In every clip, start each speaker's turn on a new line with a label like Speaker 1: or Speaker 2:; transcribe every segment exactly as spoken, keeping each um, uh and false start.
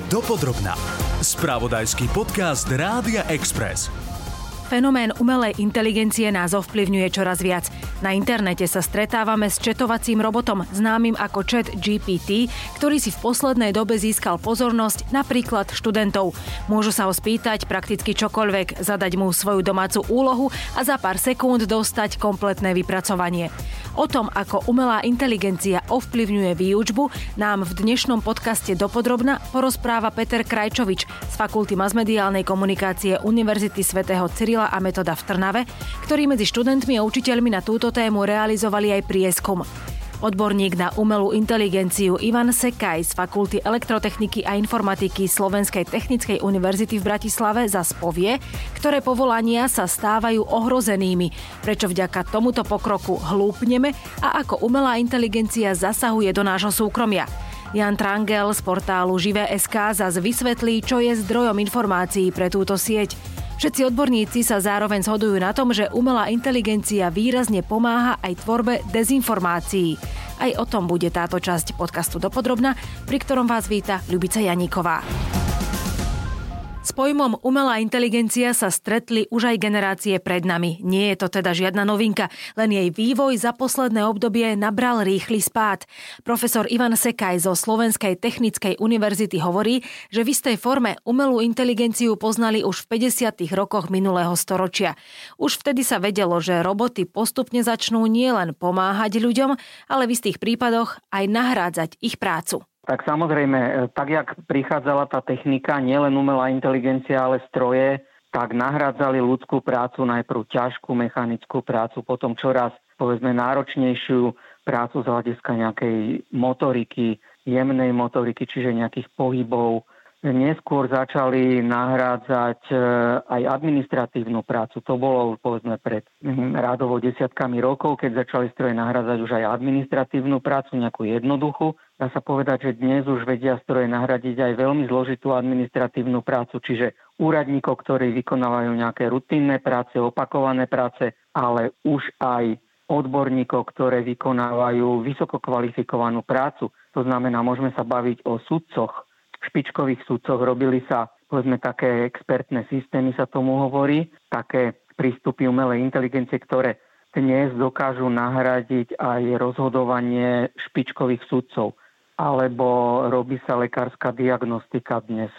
Speaker 1: Dopodrobná. Spravodajský podcast Rádia Express.
Speaker 2: Fenomén umelej inteligencie nás ovplyvňuje čoraz viac. Na internete sa stretávame s četovacím robotom známym ako Chat G P T, ktorý si v poslednej dobe získal pozornosť napríklad študentov. Môžu sa ho spýtať prakticky čokoľvek, zadať mu svoju domácu úlohu a za pár sekúnd dostať kompletné vypracovanie. O tom, ako umelá inteligencia ovplyvňuje výučbu, nám v dnešnom podcaste Dopodrobna porozpráva Peter Krajčovič z Fakulty masmediálnej komunikácie Univerzity svätého Cyrila a Metoda v Trnave, ktorí medzi študentmi a učiteľmi na túto tému realizovali aj prieskum. Odborník na umelú inteligenciu Ivan Sekaj z Fakulty elektrotechniky a informatiky Slovenskej technickej univerzity v Bratislave zas povie, ktoré povolania sa stávajú ohrozenými, prečo vďaka tomuto pokroku hlúpneme a ako umelá inteligencia zasahuje do nášho súkromia. Jan Trangel z portálu Živé bodka es ká zas vysvetlí, čo je zdrojom informácií pre túto sieť. Všetci odborníci sa zároveň zhodujú na tom, že umelá inteligencia výrazne pomáha aj tvorbe dezinformácií. Aj o tom bude táto časť podcastu Dopodrobna, pri ktorom vás víta Ľubica Janíková. S pojmom umelá inteligencia sa stretli už aj generácie pred nami. Nie je to teda žiadna novinka, len jej vývoj za posledné obdobie nabral rýchly spád. Profesor Ivan Sekaj zo Slovenskej technickej univerzity hovorí, že v istej forme umelú inteligenciu poznali už v päťdesiatych rokoch minulého storočia. Už vtedy sa vedelo, že roboty postupne začnú nielen pomáhať ľuďom, ale v istých prípadoch aj nahrádzať ich prácu.
Speaker 3: Tak samozrejme, tak jak prichádzala tá technika, nielen umelá inteligencia, ale stroje, tak nahrádzali ľudskú prácu, najprv ťažkú mechanickú prácu, potom čoraz, povedzme, náročnejšiu prácu z hľadiska nejakej motoriky, jemnej motoriky, čiže nejakých pohybov. Neskôr začali nahrádzať aj administratívnu prácu. To bolo, povedzme, pred rádovo desiatkami rokov, keď začali stroje nahrádzať už aj administratívnu prácu, nejakú jednoduchú. Dá sa povedať, že dnes už vedia stroje nahradiť aj veľmi zložitú administratívnu prácu, čiže úradníkov, ktorí vykonávajú nejaké rutinné práce, opakované práce, ale už aj odborníkov, ktoré vykonávajú vysoko kvalifikovanú prácu. To znamená, môžeme sa baviť o sudcoch, špičkových sudcoch. Robili sa, povedzme, také expertné systémy, sa tomu hovorí, také prístupy umelej inteligencie, ktoré dnes dokážu nahradiť aj rozhodovanie špičkových sudcov. Alebo robí sa lekárska diagnostika dnes.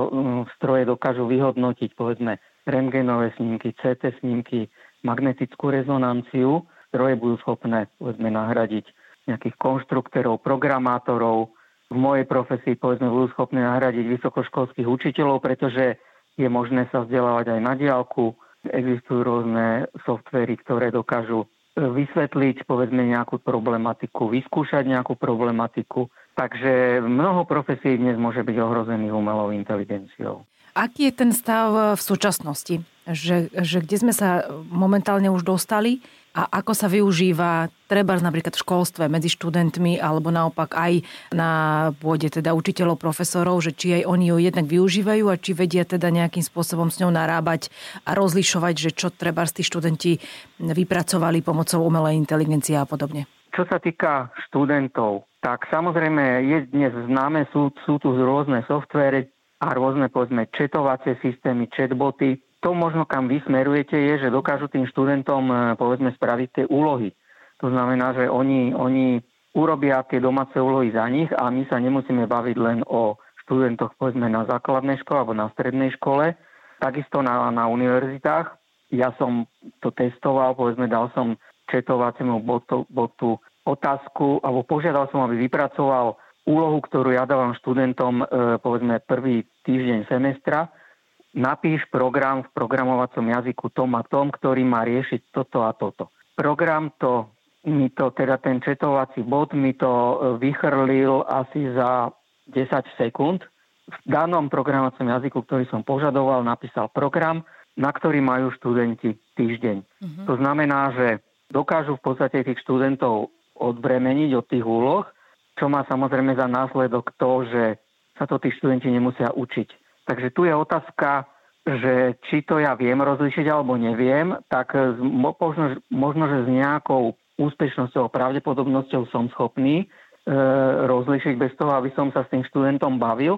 Speaker 3: Stroje dokážu vyhodnotiť, povedzme, rentgenové snímky, cé té snímky, magnetickú rezonanciu. Stroje budú schopné, povedzme, nahradiť nejakých konštruktérov, programátorov. V mojej profesii, povedzme, budú schopné nahradiť vysokoškolských učiteľov, pretože je možné sa vzdelávať aj na diaľku. Existujú rôzne softvery, ktoré dokážu vysvetliť, povedzme, nejakú problematiku, vyskúšať nejakú problematiku. Takže mnoho profesí dnes môže byť ohrozených umelou inteligenciou.
Speaker 2: Aký je ten stav v súčasnosti? Že, že kde sme sa momentálne už dostali a ako sa využíva trebárs napríklad v školstve medzi študentmi alebo naopak aj na pôde teda učiteľov, profesorov, že či aj oni ju jednak využívajú a či vedia teda nejakým spôsobom s ňou narábať a rozlišovať, že čo trebárs tí študenti vypracovali pomocou umelej inteligencie a podobne.
Speaker 3: Čo sa týka študentov, tak samozrejme je dnes známe, sú, sú tu rôzne softvéry a rôzne, povedzme, četovacie systémy, chatboty. To možno, kam vy smerujete, je, že dokážu tým študentom, povedzme, spraviť tie úlohy. To znamená, že oni, oni urobia tie domáce úlohy za nich a my sa nemusíme baviť len o študentoch, povedzme, na základnej škole alebo na strednej škole. Takisto na, na univerzitách. Ja som to testoval, povedzme, dal som četovaciemu botu, botu otázku, alebo požiadal som, aby vypracoval úlohu, ktorú ja dávam študentom, povedzme, prvý týždeň semestra. Napíš program v programovacom jazyku tom a tom, ktorý má riešiť toto a toto. Program to, mi to, teda ten četovací bot mi to vychrlil asi za desať sekúnd. V danom programovacom jazyku, ktorý som požadoval, napísal program, na ktorý majú študenti týždeň. Uh-huh. To znamená, že dokážu v podstate tých študentov odbremeniť od tých úloh, čo má samozrejme za následok to, že sa to tí študenti nemusia učiť. Takže tu je otázka, že či to ja viem rozlišiť alebo neviem, tak možno, možno že s nejakou úspešnosťou a pravdepodobnosťou som schopný e, rozlišiť bez toho, aby som sa s tým študentom bavil.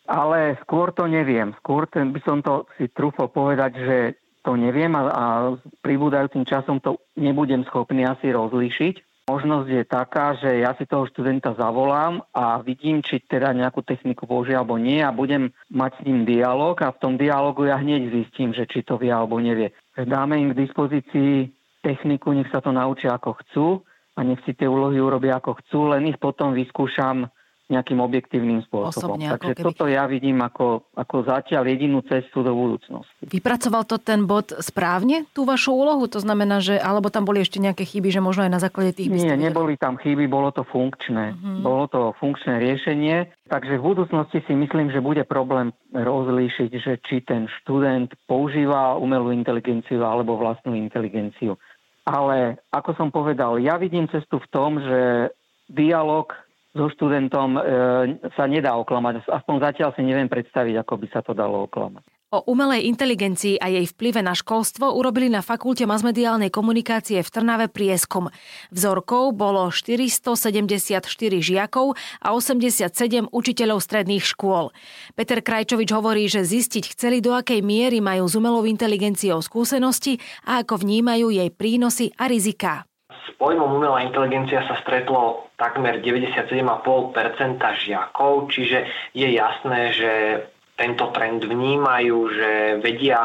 Speaker 3: Ale skôr to neviem. Skôr ten by som to si trúfol povedať, že to neviem a, a s pribúdajúcim časom to nebudem schopný asi rozlíšiť. Možnosť je taká, že ja si toho študenta zavolám a vidím, či teda nejakú techniku použije alebo nie a budem mať s ním dialog a v tom dialogu ja hneď zistím, že či to vie alebo nevie. Dáme im k dispozícii techniku, nech sa to naučia ako chcú a nech si tie úlohy urobia ako chcú, len ich potom vyskúšam nejakým objektívnym spôsobom.
Speaker 2: Osobne,
Speaker 3: Takže
Speaker 2: keby...
Speaker 3: toto ja vidím ako, ako zatiaľ jedinú cestu do budúcnosti.
Speaker 2: Vypracoval to ten bod správne, tú vašu úlohu? To znamená, že alebo tam boli ešte nejaké chyby, že možno aj na základe tých...
Speaker 3: Nie, neboli tam chyby, bolo to funkčné. Uh-huh. Bolo to funkčné riešenie. Takže v budúcnosti si myslím, že bude problém rozlíšiť, že či ten študent používa umelú inteligenciu alebo vlastnú inteligenciu. Ale ako som povedal, ja vidím cestu v tom, že dialog so študentom e, sa nedá oklamať. Aspoň zatiaľ si neviem predstaviť, ako by sa to dalo oklamať.
Speaker 2: O umelej inteligencii a jej vplyve na školstvo urobili na Fakulte masmediálnej komunikácie v Trnave prieskum. Vzorkou bolo štyristosedemdesiatštyri žiakov a osemdesiatsedem učiteľov stredných škôl. Peter Krajčovič hovorí, že zistiť chceli, do akej miery majú s umelou inteligenciou skúsenosti a ako vnímajú jej prínosy a riziká.
Speaker 4: S pojmom umelá inteligencia sa stretlo takmer deväťdesiatsedem celá päť percenta žiakov, čiže je jasné, že tento trend vnímajú, že vedia,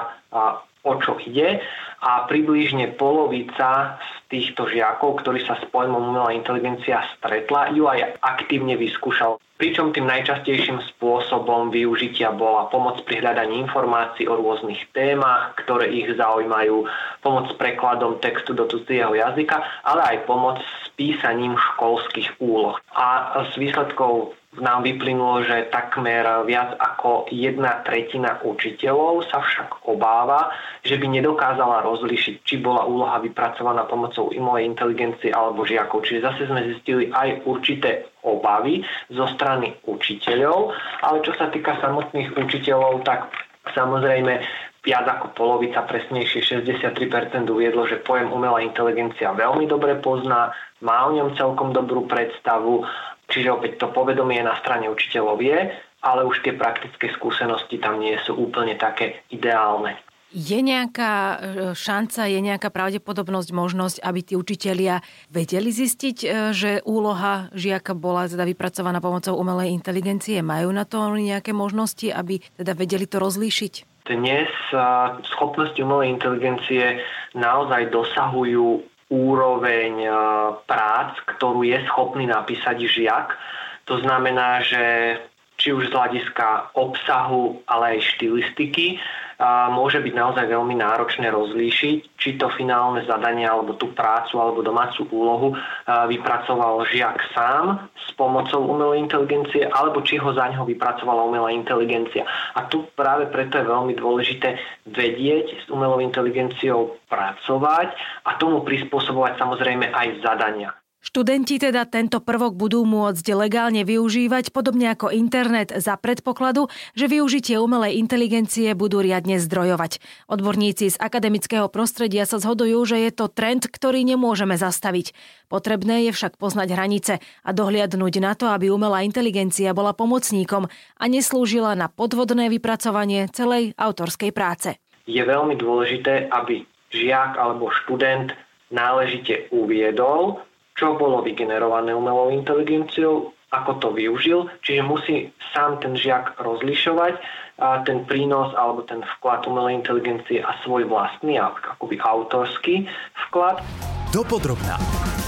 Speaker 4: o čo ide a približne polovica z týchto žiakov, ktorí sa s pojmom umelá inteligencia stretla, ju aj aktívne vyskúšal. Pričom tým najčastejším spôsobom využitia bola pomoc pri hľadaní informácií o rôznych témach, ktoré ich zaujímajú, pomoc s prekladom textu do cudzieho jazyka, ale aj pomoc s písaním školských úloh. A z výsledkov nám vyplynulo, že takmer viac ako jedna tretina učiteľov sa však obáva, že by nedokázala rozlíšiť, či bola úloha vypracovaná pomocou umelej inteligencie alebo žiakov. Čiže zase sme zistili aj určité obavy zo strany učiteľov, ale čo sa týka samotných učiteľov, tak samozrejme viac ako polovica, presnejšie šesťdesiattri percent uviedlo, že pojem umelá inteligencia veľmi dobre pozná, má o ňom celkom dobrú predstavu. Čiže opäť to povedomie na strane učiteľov je, ale už tie praktické skúsenosti tam nie sú úplne také ideálne.
Speaker 2: Je nejaká šanca, je nejaká pravdepodobnosť, možnosť, aby tí učitelia vedeli zistiť, že úloha žiaka bola teda vypracovaná pomocou umelej inteligencie? Majú na to nejaké možnosti, aby teda vedeli to rozlíšiť?
Speaker 4: Dnes schopnosti umelej inteligencie naozaj dosahujú úroveň prác, ktorú je schopný napísať žiak. To znamená, že či už z hľadiska obsahu, ale aj štilistiky, môže byť naozaj veľmi náročné rozlíšiť, či to finálne zadanie, alebo tú prácu, alebo domácu úlohu vypracoval žiak sám s pomocou umelej inteligencie, alebo či ho za ňoho vypracovala umelá inteligencia. A tu práve preto je veľmi dôležité vedieť s umelou inteligenciou pracovať a tomu prispôsobovať samozrejme aj zadania.
Speaker 2: Študenti teda tento prvok budú môcť legálne využívať, podobne ako internet, za predpokladu, že využitie umelej inteligencie budú riadne zdrojovať. Odborníci z akademického prostredia sa zhodujú, že je to trend, ktorý nemôžeme zastaviť. Potrebné je však poznať hranice a dohliadnuť na to, aby umelá inteligencia bola pomocníkom a neslúžila na podvodné vypracovanie celej autorskej práce.
Speaker 4: Je veľmi dôležité, aby žiak alebo študent náležite uviedol, čo bolo vygenerované umelou inteligenciou, ako to využil. Čiže musí sám ten žiak rozlišovať ten prínos alebo ten vklad umelej inteligencie a svoj vlastný, akoby autorský vklad.
Speaker 1: Dopodrobná.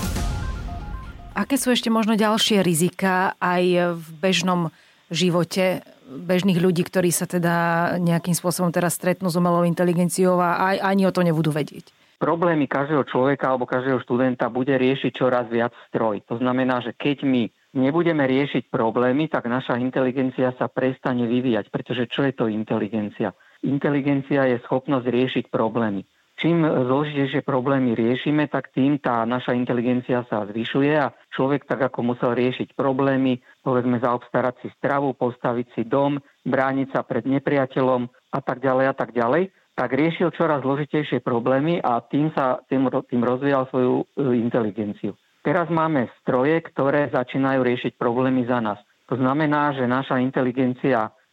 Speaker 2: Aké sú ešte možno ďalšie riziká aj v bežnom živote bežných ľudí, ktorí sa teda nejakým spôsobom teraz stretnú s umelou inteligenciou a aj ani o to nebudú vedieť?
Speaker 3: Problémy každého človeka alebo každého študenta bude riešiť čoraz viac stroj. To znamená, že keď my nebudeme riešiť problémy, tak naša inteligencia sa prestane vyvíjať. Pretože čo je to inteligencia? Inteligencia je schopnosť riešiť problémy. Čím zložitejšie problémy riešime, tak tým tá naša inteligencia sa zvyšuje a človek tak ako musel riešiť problémy, povedzme zaobstarať si stravu, postaviť si dom, brániť sa pred nepriateľom a tak ďalej a tak ďalej, tak riešil čoraz zložitejšie problémy a tým sa tým, tým rozvíjal svoju inteligenciu. Teraz máme stroje, ktoré začínajú riešiť problémy za nás. To znamená, že naša inteligencia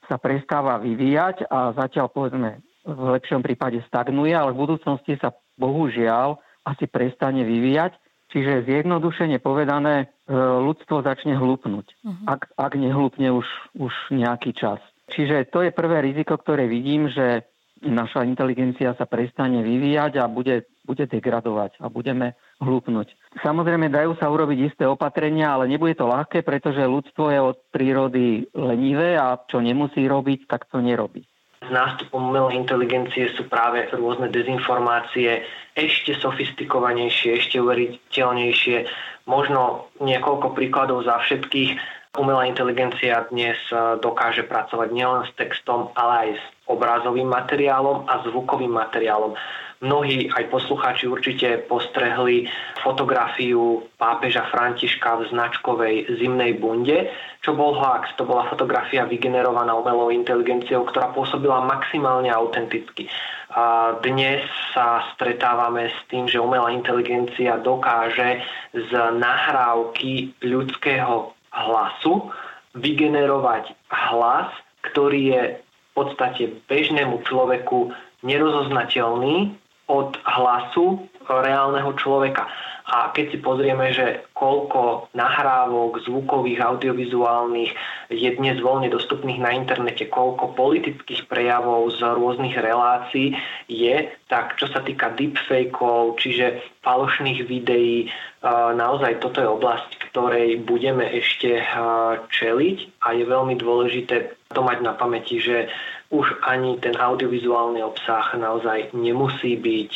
Speaker 3: sa prestáva vyvíjať a zatiaľ povedzme v lepšom prípade stagnuje, ale v budúcnosti sa bohužiaľ asi prestane vyvíjať. Čiže zjednodušene povedané, ľudstvo začne hlúpnuť, uh-huh. ak, ak nehlúpne už, už nejaký čas. Čiže to je prvé riziko, ktoré vidím, že naša inteligencia sa prestane vyvíjať a bude, bude degradovať a budeme hlúpnuť. Samozrejme, dajú sa urobiť isté opatrenia, ale nebude to ľahké, pretože ľudstvo je od prírody lenivé a čo nemusí robiť, tak to nerobí.
Speaker 4: S nástupom umelej inteligencie sú práve rôzne dezinformácie ešte sofistikovanejšie, ešte uveriteľnejšie. Možno niekoľko príkladov za všetkých. Umelá inteligencia dnes dokáže pracovať nielen s textom, ale aj s obrazovým materiálom a zvukovým materiálom. Mnohí aj poslucháči určite postrehli fotografiu pápeža Františka v značkovej zimnej bunde, čo bol hoax. To bola fotografia vygenerovaná umelou inteligenciou, ktorá pôsobila maximálne autenticky. A dnes sa stretávame s tým, že umelá inteligencia dokáže z nahrávky ľudského hlasu vygenerovať hlas, ktorý je v podstate bežnému človeku nerozoznateľný od hlasu reálneho človeka. A keď si pozrieme, že koľko nahrávok zvukových, audiovizuálnych je dnes voľne dostupných na internete, koľko politických prejavov z rôznych relácií je, tak čo sa týka deepfakeov, čiže falošných videí, naozaj toto je oblasť, ktorej budeme ešte čeliť a je veľmi dôležité to mať na pamäti, že už ani ten audiovizuálny obsah naozaj nemusí byť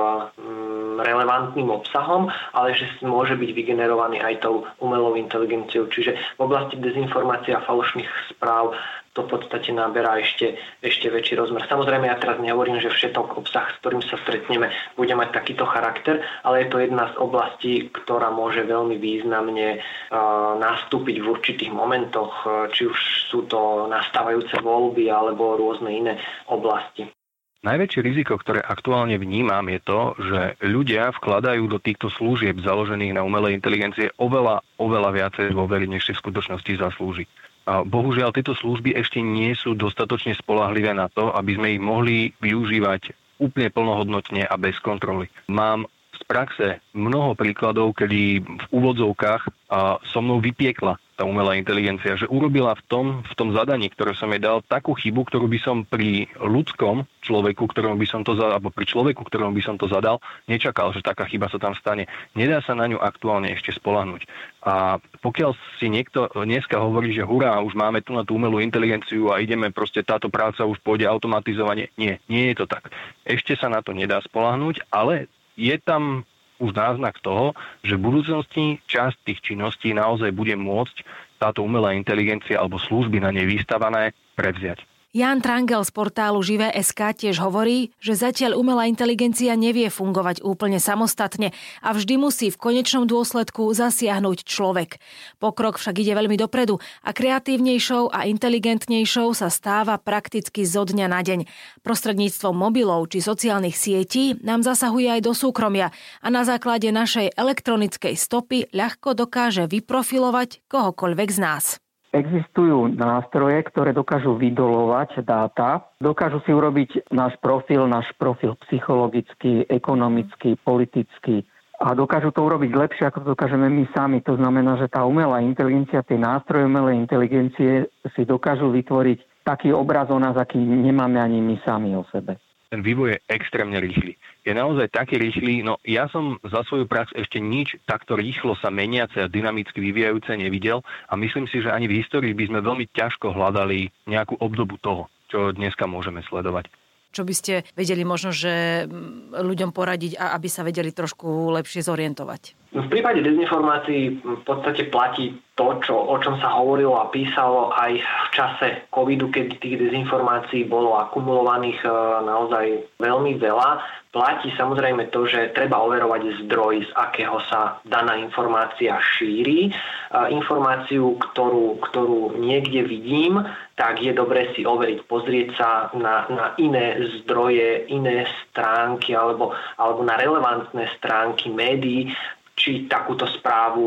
Speaker 4: relevantným obsahom, ale že môže byť vygenerovaný aj tou umelou inteligenciou. Čiže v oblasti dezinformácií a falošných správ to v podstate naberá ešte, ešte väčší rozmer. Samozrejme, ja teraz nehovorím, že všetok obsah, s ktorým sa stretneme, bude mať takýto charakter, ale je to jedna z oblastí, ktorá môže veľmi významne uh, nastúpiť v určitých momentoch, uh, či už sú to nastávajúce voľby alebo rôzne iné oblasti.
Speaker 5: Najväčšie riziko, ktoré aktuálne vnímam, je to, že ľudia vkladajú do týchto služieb založených na umelej inteligencie oveľa, oveľa viacej dôvery, než si v skutočnosti zaslúži. A bohužiaľ, tieto služby ešte nie sú dostatočne spoľahlivé na to, aby sme ich mohli využívať úplne plnohodnotne a bez kontroly. Mám z praxe mnoho príkladov, kedy v úvodzovkách so mnou vypiekla tá umelá inteligencia, že urobila v tom, v tom zadaní, ktoré som jej dal, takú chybu, ktorú by som pri ľudskom človeku, ktorom by som to zadal, alebo pri človeku, ktorom by som to zadal, nečakal, že taká chyba sa tam stane. Nedá sa na ňu aktuálne ešte spoľahnúť. A pokiaľ si niekto dneska hovorí, že hurá, už máme tu na tú umelú inteligenciu a ideme proste, táto práca už pôjde automatizovanie. Nie, nie je to tak. Ešte sa na to nedá spoľahnúť, ale je tam už náznak toho, že v budúcnosti časť tých činností naozaj bude môcť táto umelá inteligencia alebo služby na nej vystavané prevziať.
Speaker 2: Jan Trangel z portálu Živé bodka es ká tiež hovorí, že zatiaľ umelá inteligencia nevie fungovať úplne samostatne a vždy musí v konečnom dôsledku zasiahnuť človek. Pokrok však ide veľmi dopredu a kreatívnejšou a inteligentnejšou sa stáva prakticky zo dňa na deň. Prostredníctvom mobilov či sociálnych sietí nám zasahuje aj do súkromia a na základe našej elektronickej stopy ľahko dokáže vyprofilovať kohokoľvek z nás.
Speaker 3: Existujú nástroje, ktoré dokážu vydolovať dáta, dokážu si urobiť náš profil, náš profil psychologický, ekonomický, politický a dokážu to urobiť lepšie, ako to dokážeme my sami. To znamená, že tá umelá inteligencia, tie nástroje umelej inteligencie si dokážu vytvoriť taký obraz o nás, aký nemáme ani my sami o sebe.
Speaker 5: Ten vývoj je extrémne rýchly. Je naozaj taký rýchly, no ja som za svoju prax ešte nič takto rýchlo sa meniace a dynamicky vyvíjajúce nevidel a myslím si, že ani v histórii by sme veľmi ťažko hľadali nejakú obdobu toho, čo dneska môžeme sledovať.
Speaker 2: Čo by ste vedeli možno, že ľuďom poradiť, aby sa vedeli trošku lepšie zorientovať?
Speaker 4: V prípade dezinformácií v podstate platí to, čo, o čom sa hovorilo a písalo aj v čase covidu, keď tých dezinformácií bolo akumulovaných naozaj veľmi veľa. Platí samozrejme to, že treba overovať zdroj, z akého sa daná informácia šíri. Informáciu, ktorú, ktorú niekde vidím, tak je dobré si overiť, pozrieť sa na, na iné zdroje, iné stránky alebo, alebo na relevantné stránky médií, či takúto správu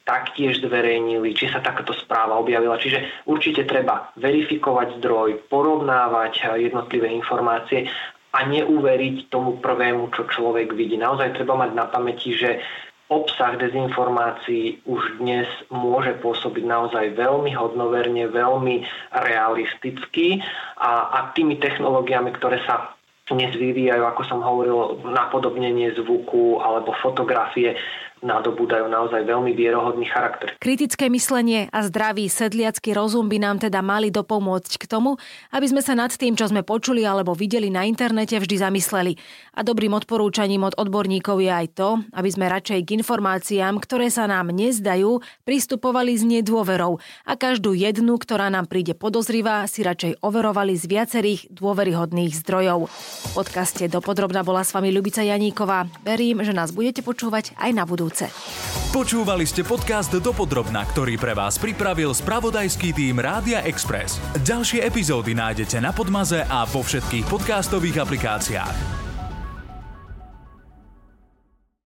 Speaker 4: taktiež zverejnili, či sa takáto správa objavila. Čiže určite treba verifikovať zdroj, porovnávať jednotlivé informácie a neuveriť tomu prvému, čo človek vidí. Naozaj treba mať na pamäti, že obsah dezinformácií už dnes môže pôsobiť naozaj veľmi hodnoverne, veľmi realisticky a, a tými technológiami, ktoré sa dnes vyvíjajú, ako som hovoril, napodobnenie zvuku alebo fotografie, nadobúdajú naozaj veľmi vierohodný charakter.
Speaker 2: Kritické myslenie a zdravý sedliacky rozum by nám teda mali dopomôcť k tomu, aby sme sa nad tým, čo sme počuli alebo videli na internete, vždy zamysleli. A dobrým odporúčaním od odborníkov je aj to, aby sme radšej k informáciám, ktoré sa nám nezdajú, pristupovali s nedôverou a každú jednu, ktorá nám príde podozrivá, si radšej overovali z viacerých dôveryhodných zdrojov. V podcaste Dopodrobna bola s vami Ľubica Janíková. Verím, že nás budete počúvať aj na budúce.
Speaker 1: Počúvali ste podcast Dopodrobna, ktorý pre vás pripravil spravodajský tím Rádia Express. Ďalšie epizódy nájdete na Podmaze a vo všetkých podcastových aplikáciách.